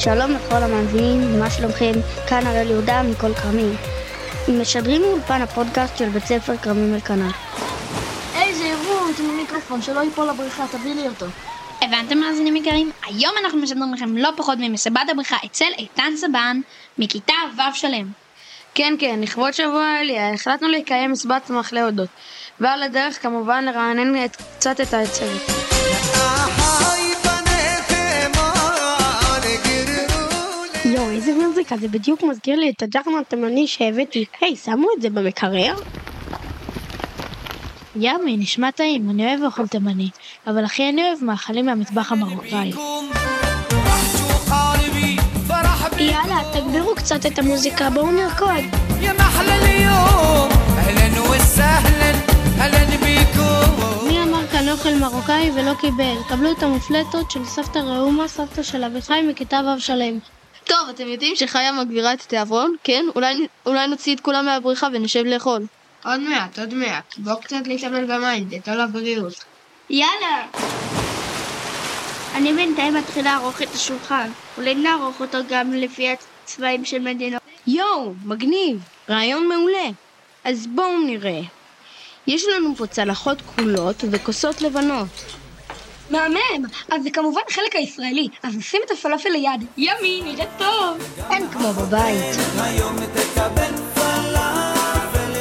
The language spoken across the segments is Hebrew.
שלום לכל המאזינים, מה שלומכם? כאן הראל יהודה מכל כרמים. משדרים מאולפן הפודקאסט של בית ספר כרמים אלקנה. איזה אירוע, תנו מיקרופון שלא ייפול לבריכה, תביא לי אותו. הבנתם מאזינים יקרים? היום אנחנו משדרים לכם לא פחות ממסיבת הבריכה אצל איתן סבן מכיתה ו' שלם. כן, לכבוד שבוע העלייה החלטנו לקיים מסיבת שמח להודות, ועל הדרך כמובן לרענן קצת את הצוות. יואו, איזה מוזיקה, זה בדיוק מזכיר לי את הג'חנון התימני שהבאתי. היי, שמו את זה במקרר? ימי, נשמע טעים, אני אוהב אוכל תימני, אבל הכי אני אוהב מאכלים מהמטבח המרוקאי. יאללה, תגבירו קצת את המוזיקה, בואו נרקוד. מי אמר כאן אוכל מרוקאי ולא קיבל? קבלו את המופלטות של סבתא ראומה, סבתא של אביחי מכיתה ו' שלם. טוב, אתם יודעים שחיה מגבירה את התיאבון? כן? אולי נוציא את כולם מהבריכה ונשב לאכול. עוד מעט. בוא קצת להתאמן במים, זה טוב לבריאות. יאללה! אני בינתיים מתחילה לערוך את השולחן. אולי נערוך אותו גם לפי הצבעים של מדינות. יואו, מגניב, רעיון מעולה. אז בואו נראה. יש לנו פה צלחות כחולות וכוסות לבנות. מהמם, אז זה כמובן חלק הישראלי, אז נשים את הפלאפל ליד. ימי, נראה טוב. אין כמו בבית. היום תקבל פלאפל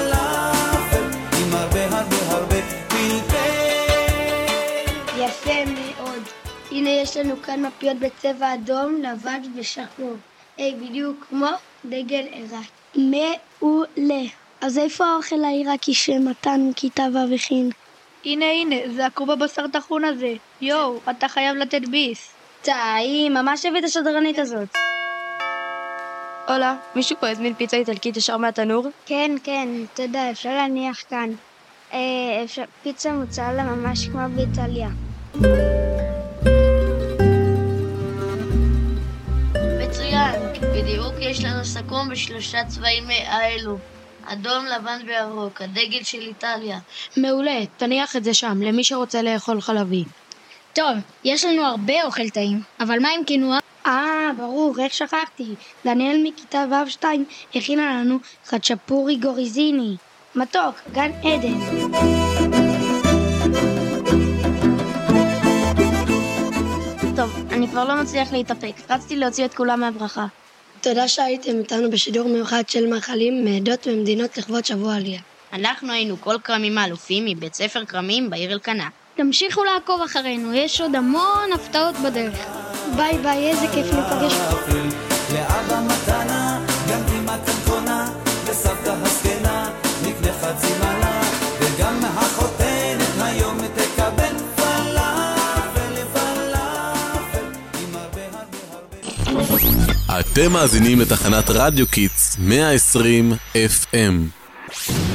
עם הרבה פלפל. יפה מאוד. הנה יש לנו כאן מפיות בצבע אדום, לבן ושחור. בדיוק כמו דגל עיראק. מעולה. אז איפה האוכל העיראקי שמתן מכיתה ו' הכין? הנה, זה הכרוב הבשר טחון הזה. יואו, אתה חייב לתת ביס. טעים, ממש הבאת השדרנית הזאת. הולה, מישהו פה הזמין פיצה איטלקית ישר מהתנור? כן, תודה, אפשר להניח כאן. פיצה מוצעה ממש כמו באיטליה. מצוין, בדיוק יש לנו סכו"ם בשלושה צבעים האלו. אדום, לבן וירוק, הדגל של איטליה. מעולה, תניח את זה שם, למי שרוצה לאכול חלבי. טוב, יש לנו הרבה אוכל טעים, אבל מה עם קינוע? ברור, איך שכחתי. דניאל מכיתה ו'2 הכינה לנו חצ'פורי גוריזיני. מתוק, גן עדן. טוב, אני כבר לא מצליח להתאפק. רצתי להוציא את כולם מהברכה. תודה שהייתם איתנו בשידור מיוחד של מאכלים מעדות ומדינות לכבוד שבוע העלייה. אנחנו היינו כל כרמים האלופים מבית ספר כרמים בעיר אלקנה. תמשיכו לעקוב אחרינו, יש עוד המון הפתעות בדרך. ביי, איזה כיף לפגש. לאבא מתנה, גם אמא קטנטונה, לסבתא הזקנה, נקנה חצי מנה, וגם החותנת היום תקבל פלאפל עם הרבה. אתם מאזינים לתחנת רדיו קיטס 120 FM.